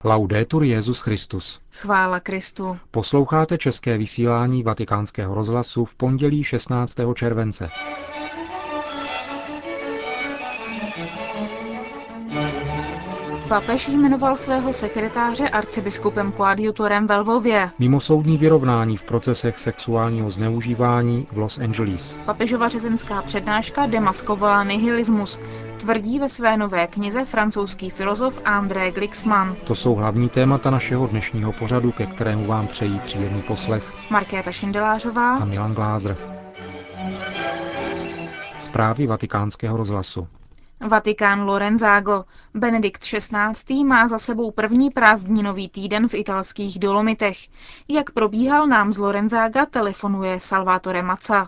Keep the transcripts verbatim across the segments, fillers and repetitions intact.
Laudetur Jesus Christus. Chvála Kristu. Posloucháte české vysílání Vatikánského rozhlasu v pondělí šestnáctého července. Papež jmenoval svého sekretáře arcibiskupem koadjutorem ve Lvově. Mimosoudní vyrovnání v procesech sexuálního zneužívání v Los Angeles. Papežova řezenská přednáška demaskovala nihilismus, tvrdí ve své nové knize francouzský filozof André Glixman. To jsou hlavní témata našeho dnešního pořadu, ke kterému vám přejí příjemný poslech Markéta Šindelářová a Milan Glázer. Zprávy Vatikánského rozhlasu. Vatikán Lorenzago. Benedikt šestnáctý. má za sebou první prázdninový týden v italských Dolomitech. Jak probíhal, nám z Lorenzaga telefonuje Salvatore Mazza.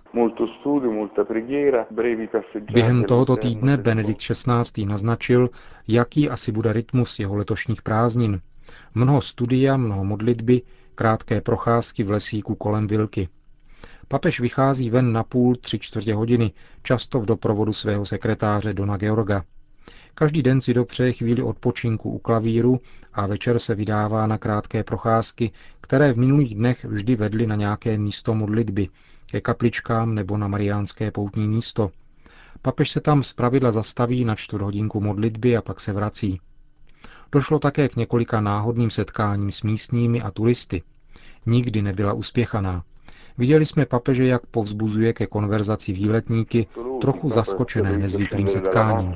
Během tohoto týdne Benedikt šestnáctý. naznačil, jaký asi bude rytmus jeho letošních prázdnin. Mnoho studia, mnoho modlitby, krátké procházky v lesíku kolem Vilky. Papež vychází ven na půl, tři čtvrtě hodiny, často v doprovodu svého sekretáře Dona Georga. Každý den si dopřeje chvíli odpočinku u klavíru a večer se vydává na krátké procházky, které v minulých dnech vždy vedly na nějaké místo modlitby, ke kapličkám nebo na mariánské poutní místo. Papež se tam zpravidla zastaví na čtvrt hodinku modlitby a pak se vrací. Došlo také k několika náhodným setkáním s místními a turisty. Nikdy nebyla uspěchaná. Viděli jsme papeže, jak povzbuzuje ke konverzaci výletníky, trochu zaskočené nezvyklým setkáním.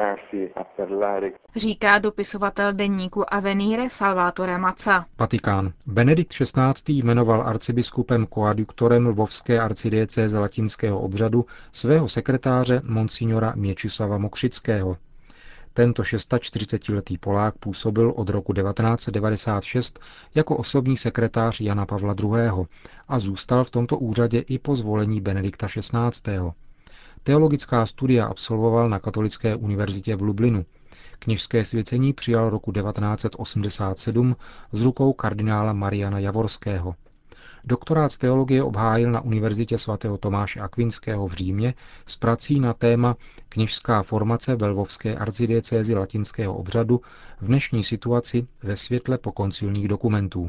Říká dopisovatel deníku Avvenire Salvatore Mazza. Vatikán. Benedikt šestnáctý. jmenoval arcibiskupem koadjutorem lvovské arcidiecéze latinského obřadu svého sekretáře monsignora Mieczysława Mokřického. Tento čtyřicetišestiletý Polák působil od roku devatenáct set devadesát šest jako osobní sekretář Jana Pavla druhého. a zůstal v tomto úřadě i po zvolení Benedikta šestnáctého. Teologická studia absolvoval na Katolické univerzitě v Lublinu. Kněžské svěcení přijal roku devatenáct set osmdesát sedm z rukou kardinála Mariana Javorského. Doktorát z teologie obhájil na Univerzitě svatého Tomáše Akvinského v Římě s prací na téma Kněžská formace ve lvovské arcidiecézi latinského obřadu v dnešní situaci ve světle pokoncilních dokumentů.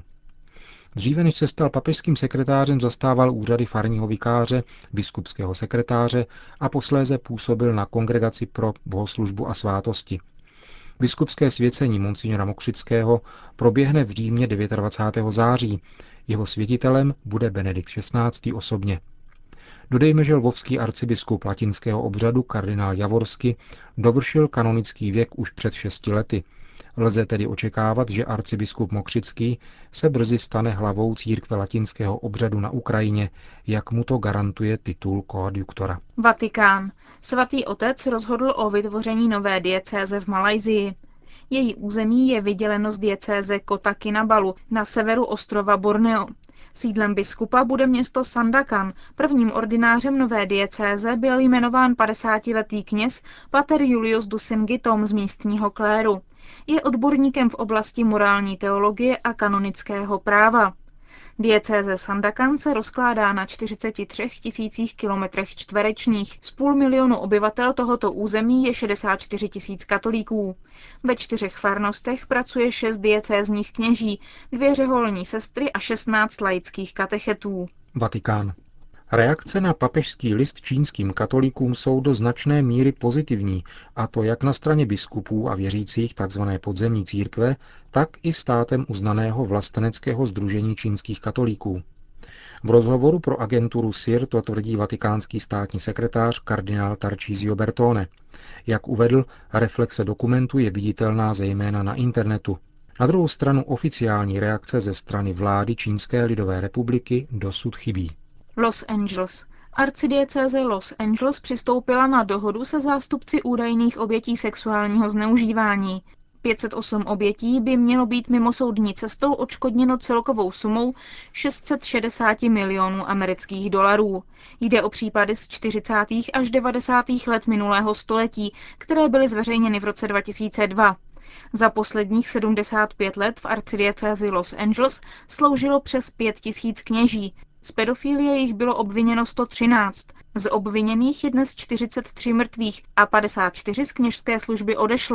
Dříve než se stal papežským sekretářem, zastával úřady farního vikáře, biskupského sekretáře a posléze působil na Kongregaci pro bohoslužbu a svátosti. Biskupské svěcení monsignora Mokřického proběhne v Římě dvacátého devátého září. Jeho světitelem bude Benedikt šestnáctý. osobně. Dodejme, že lvovský arcibiskup latinského obřadu kardinál Javorsky dovršil kanonický věk už před šesti lety. Lze tedy očekávat, že arcibiskup Mokřický se brzy stane hlavou církve latinského obřadu na Ukrajině, jak mu to garantuje titul koadjuktora. Vatikán. Svatý otec rozhodl o vytvoření nové diecéze v Malajsii. Její území je vyděleno z diecéze Kota Kinabalu na severu ostrova Borneo. Sídlem biskupa bude město Sandakan. Prvním ordinářem nové diecéze byl jmenován padesátiletý kněz pater Julius Dusingitom z místního kléru. Je odborníkem v oblasti morální teologie a kanonického práva. Diecéze Sandakan se rozkládá na čtyřiceti třech tisících kilometrech čtverečních. Z půl milionu obyvatel tohoto území je šedesát čtyři tisíc katolíků. Ve čtyřech farnostech pracuje šest diecézních kněží, dvě řeholní sestry a šestnáct laických katechetů. Vatikán. Reakce na papežský list čínským katolíkům jsou do značné míry pozitivní, a to jak na straně biskupů a věřících tzv. Podzemní církve, tak i státem uznaného vlasteneckého sdružení čínských katolíků. V rozhovoru pro agenturu S I R to tvrdí vatikánský státní sekretář kardinál Tarcísio Bertone. Jak uvedl, reflexe dokumentu je viditelná zejména na internetu. Na druhou stranu oficiální reakce ze strany vlády Čínské lidové republiky dosud chybí. Los Angeles. Arcidiecéze Los Angeles přistoupila na dohodu se zástupci údajných obětí sexuálního zneužívání. pět set osm obětí by mělo být mimosoudní cestou odškodněno celkovou sumou šest set šedesát milionů amerických dolarů. Jde o případy z čtyřicátých až devadesátých let minulého století, které byly zveřejněny v roce dva tisíce dva. Za posledních sedmdesát pět let v arcidiecézi Los Angeles sloužilo přes pět tisíc kněží. Z pedofilie jich bylo obviněno sto třináct. Z obviněných je dnes čtyřicet tři mrtvých a padesát čtyři z kněžské služby odešlo.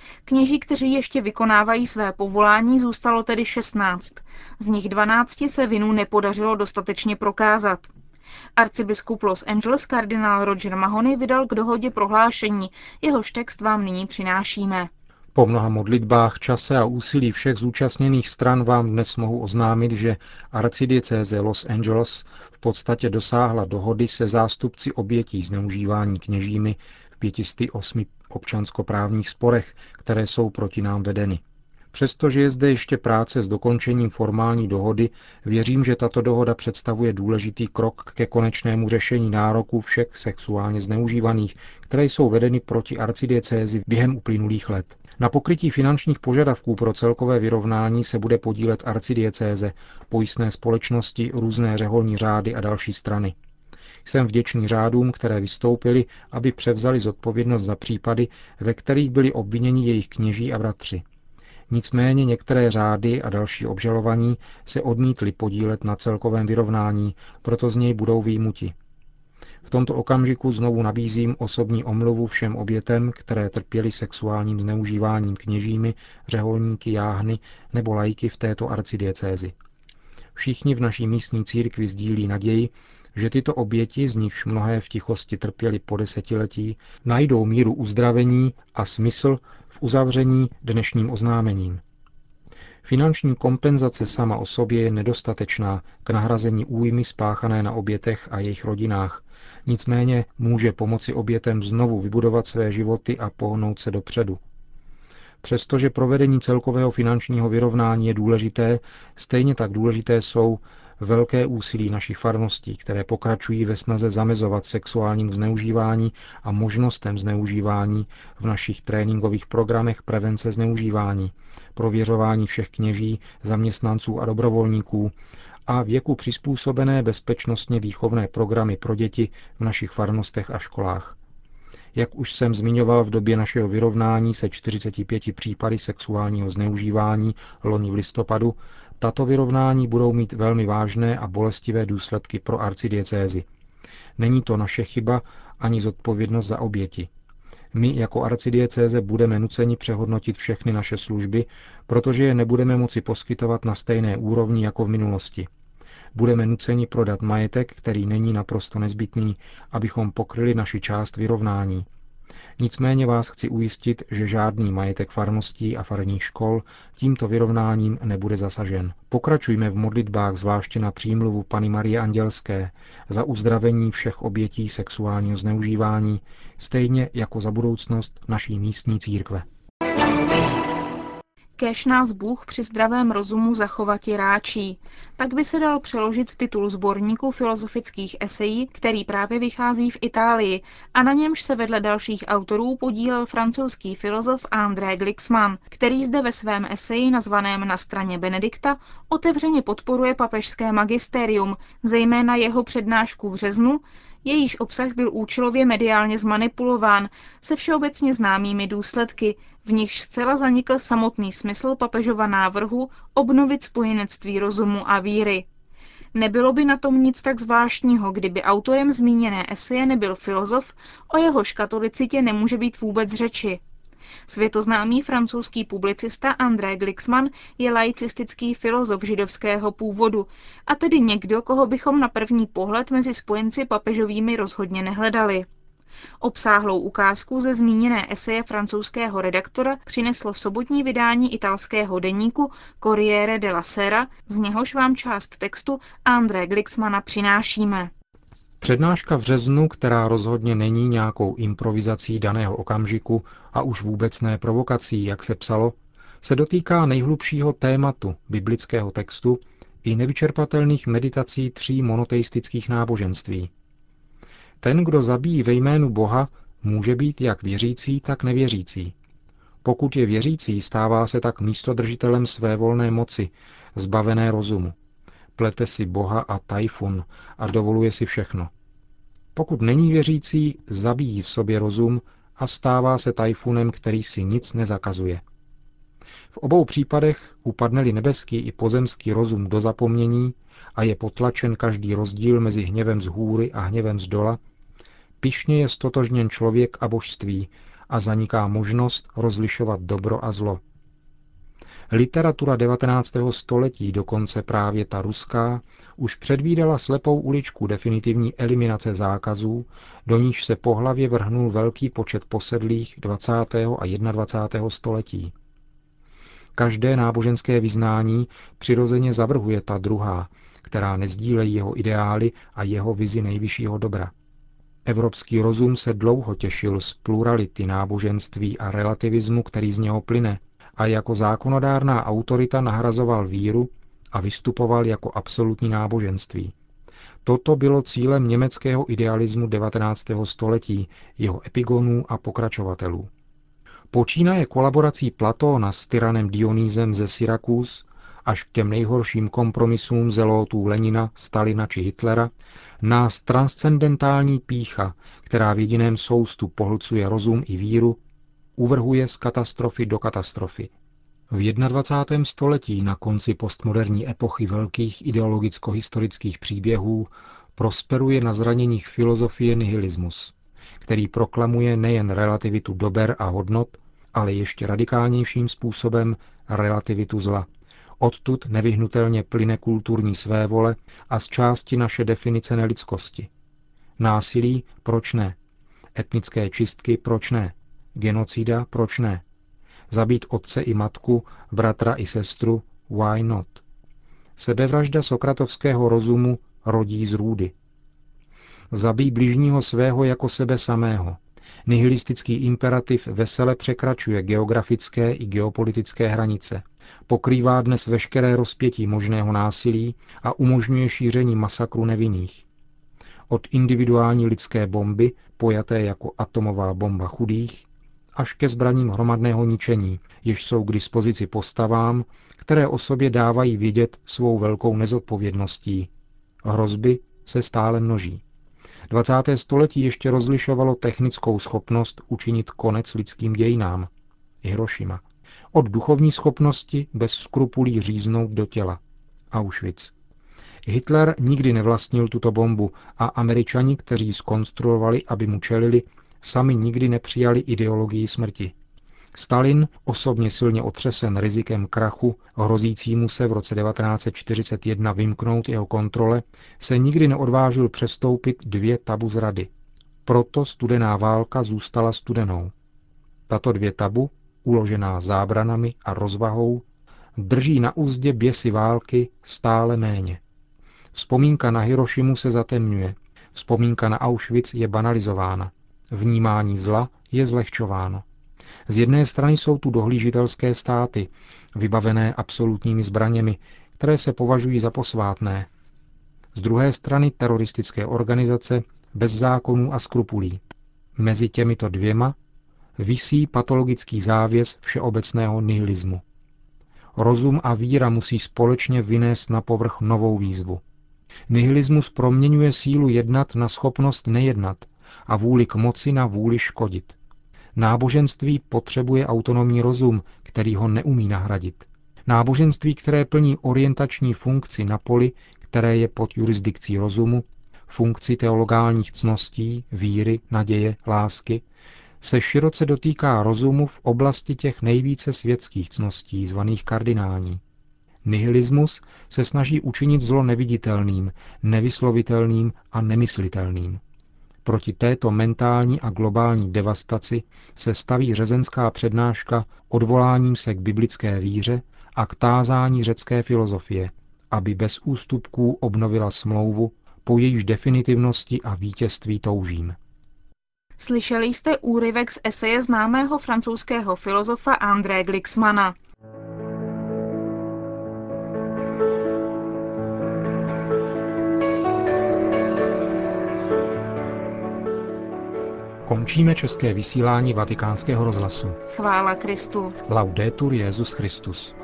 Kněží, kteří ještě vykonávají své povolání, zůstalo tedy šestnáct. Z nich dvanácti se vinu nepodařilo dostatečně prokázat. Arcibiskup Los Angeles kardinál Roger Mahony vydal k dohodě prohlášení, jehož text vám nyní přinášíme. Po mnoha modlitbách, čase a úsilí všech zúčastněných stran vám dnes mohu oznámit, že arcidiecéze Los Angeles v podstatě dosáhla dohody se zástupci obětí zneužívání kněžími v pěti sty osmi občanskoprávních sporech, které jsou proti nám vedeny. Přestože je zde ještě práce s dokončením formální dohody, věřím, že tato dohoda představuje důležitý krok ke konečnému řešení nároků všech sexuálně zneužívaných, které jsou vedeny proti arcidiecézi během uplynulých let. Na pokrytí finančních požadavků pro celkové vyrovnání se bude podílet arcidiecéze, pojistné společnosti, různé řeholní řády a další strany. Jsem vděčný řádům, které vystoupili, aby převzali zodpovědnost za případy, ve kterých byli obviněni jejich kněží a bratři. Nicméně některé řády a další obžalovaní se odmítli podílet na celkovém vyrovnání, proto z něj budou vyjmuti. V tomto okamžiku znovu nabízím osobní omluvu všem obětem, které trpěly sexuálním zneužíváním kněžími, řeholníky, jáhny nebo laiky v této arcidiecézi. Všichni v naší místní církvi sdílí naději, že tyto oběti, z nichž mnohé v tichosti trpěly po desetiletí, najdou míru uzdravení a smysl v uzavření dnešním oznámením. Finanční kompenzace sama o sobě je nedostatečná k nahrazení újmy spáchané na obětech a jejich rodinách, nicméně může pomoci obětem znovu vybudovat své životy a pohnout se dopředu. Přestože provedení celkového finančního vyrovnání je důležité, stejně tak důležité jsou velké úsilí našich farností, které pokračují ve snaze zamezovat sexuálním zneužívání a možnostem zneužívání v našich tréninkových programech prevence zneužívání, prověřování všech kněží, zaměstnanců a dobrovolníků a věku přizpůsobené bezpečnostně výchovné programy pro děti v našich farnostech a školách. Jak už jsem zmiňoval v době našeho vyrovnání se čtyřiceti pěti případy sexuálního zneužívání loni v listopadu, tato vyrovnání budou mít velmi vážné a bolestivé důsledky pro arcidiecézi. Není to naše chyba ani zodpovědnost za oběti. My jako arcidiecéze budeme nuceni přehodnotit všechny naše služby, protože je nebudeme moci poskytovat na stejné úrovni jako v minulosti. Budeme nuceni prodat majetek, který není naprosto nezbytný, abychom pokryli naši část vyrovnání. Nicméně vás chci ujistit, že žádný majetek farností a farních škol tímto vyrovnáním nebude zasažen. Pokračujme v modlitbách zvláště na přímluvu Panny Marie Andělské za uzdravení všech obětí sexuálního zneužívání, stejně jako za budoucnost naší místní církve. Kéž nás Bůh při zdravém rozumu zachovati ráčí. Tak by se dal přeložit titul sborníku filozofických esejí, který právě vychází v Itálii a na němž se vedle dalších autorů podílel francouzský filozof André Glixman, který zde ve svém eseji nazvaném Na straně Benedikta otevřeně podporuje papežské magisterium, zejména jeho přednášku v březnu, jejíž obsah byl účelově mediálně zmanipulován se všeobecně známými důsledky, v nichž zcela zanikl samotný smysl papežova návrhu obnovit spojenectví rozumu a víry. Nebylo by na tom nic tak zvláštního, kdyby autorem zmíněné eseje nebyl filozof, o jehož katolicitě nemůže být vůbec řeči. Světoznámý francouzský publicista André Glixman je laicistický filozof židovského původu, a tedy někdo, koho bychom na první pohled mezi spojenci papežovými rozhodně nehledali. Obsáhlou ukázku ze zmíněné eseje francouzského redaktora přineslo sobotní vydání italského deníku Corriere della Sera, z něhož vám část textu André Glixmana přinášíme. Přednáška v březnu, která rozhodně není nějakou improvizací daného okamžiku a už vůbec ne provokací, jak se psalo, se dotýká nejhlubšího tématu biblického textu i nevyčerpatelných meditací tří monoteistických náboženství. Ten, kdo zabíjí ve jménu Boha, může být jak věřící, tak nevěřící. Pokud je věřící, stává se tak místodržitelem své volné moci, zbavené rozumu. Plete si Boha a tajfun a dovoluje si všechno. Pokud není věřící, zabíjí v sobě rozum a stává se tajfunem, který si nic nezakazuje. V obou případech upadne-li nebeský i pozemský rozum do zapomnění a je potlačen každý rozdíl mezi hněvem z hůry a hněvem z dola, pyšně je stotožněn člověk a božství a zaniká možnost rozlišovat dobro a zlo. Literatura devatenáctého století, dokonce právě ta ruská, už předvídala slepou uličku definitivní eliminace zákazů, do níž se po hlavě vrhnul velký počet posedlých dvacátého a dvacátého prvního století. Každé náboženské vyznání přirozeně zavrhuje ta druhá, která nezdílejí jeho ideály a jeho vizi nejvyššího dobra. Evropský rozum se dlouho těšil z plurality náboženství a relativismu, který z něho plyne, a jako zákonodárná autorita nahrazoval víru a vystupoval jako absolutní náboženství. Toto bylo cílem německého idealismu devatenáctého století, jeho epigonů a pokračovatelů. Počínaje kolaborací Platóna s tyranem Dionýzem ze Syrakus až k těm nejhorším kompromisům zelótů Lenina, Stalina či Hitlera, nás transcendentální pýcha, která v jediném soustu pohlcuje rozum i víru, uvrhuje z katastrofy do katastrofy. V dvacátém prvním století, na konci postmoderní epochy velkých ideologicko-historických příběhů, prosperuje na zraněních filozofie nihilismus, který proklamuje nejen relativitu dober a hodnot, ale ještě radikálnějším způsobem relativitu zla. Odtud nevyhnutelně plyne kulturní svévole a z části naše definice nelidskosti. Násilí, proč ne? Etnické čistky, proč ne? Genocida, proč ne? Zabít otce i matku, bratra i sestru, why not? Sebevražda sokratovského rozumu rodí z růdy. Zabij bližního svého jako sebe samého. Nihilistický imperativ vesele překračuje geografické i geopolitické hranice. Pokrývá dnes veškeré rozpětí možného násilí a umožňuje šíření masakru nevinných. Od individuální lidské bomby, pojaté jako atomová bomba chudých, až ke zbraním hromadného ničení, jež jsou k dispozici postavám, které o sobě dávají vědět svou velkou nezodpovědností. Hrozby se stále množí. dvacáté století ještě rozlišovalo technickou schopnost učinit konec lidským dějinám. Hirošima. Od duchovní schopnosti bez skrupulí říznout do těla. Auschwitz. Hitler nikdy nevlastnil tuto bombu a Američani, kteří ji zkonstruovali, aby mu čelili, sami nikdy nepřijali ideologii smrti. Stalin, osobně silně otřesen rizikem krachu, hrozícímu se v roce devatenáct set čtyřicet jedna vymknout jeho kontrole, se nikdy neodvážil přestoupit dvě tabu z rady. Proto studená válka zůstala studenou. Tato dvě tabu, uložená zábranami a rozvahou, drží na úzdě běsy války stále méně. Vzpomínka na Hirošimu se zatemňuje, vzpomínka na Auschwitz je banalizována, vnímání zla je zlehčováno. Z jedné strany jsou tu dohlížitelské státy, vybavené absolutními zbraněmi, které se považují za posvátné. Z druhé strany teroristické organizace bez zákonů a skrupulí. Mezi těmito dvěma visí patologický závěs všeobecného nihilismu. Rozum a víra musí společně vynést na povrch novou výzvu. Nihilismus proměňuje sílu jednat na schopnost nejednat a vůli k moci na vůli škodit. Náboženství potřebuje autonomní rozum, který ho neumí nahradit. Náboženství, které plní orientační funkci na poli, které je pod jurisdikcí rozumu, funkci teologálních cností, víry, naděje, lásky, se široce dotýká rozumu v oblasti těch nejvíce světských cností, zvaných kardinální. Nihilismus se snaží učinit zlo neviditelným, nevyslovitelným a nemyslitelným. Proti této mentální a globální devastaci se staví řezenská přednáška odvoláním se k biblické víře a k tázání řecké filozofie, aby bez ústupků obnovila smlouvu, po jejíž definitivnosti a vítězství toužím. Slyšeli jste úryvek z eseje známého francouzského filozofa André Glixmana. Končíme české vysílání Vatikánského rozhlasu. Chvála Kristu. Laudetur Jesus Christus.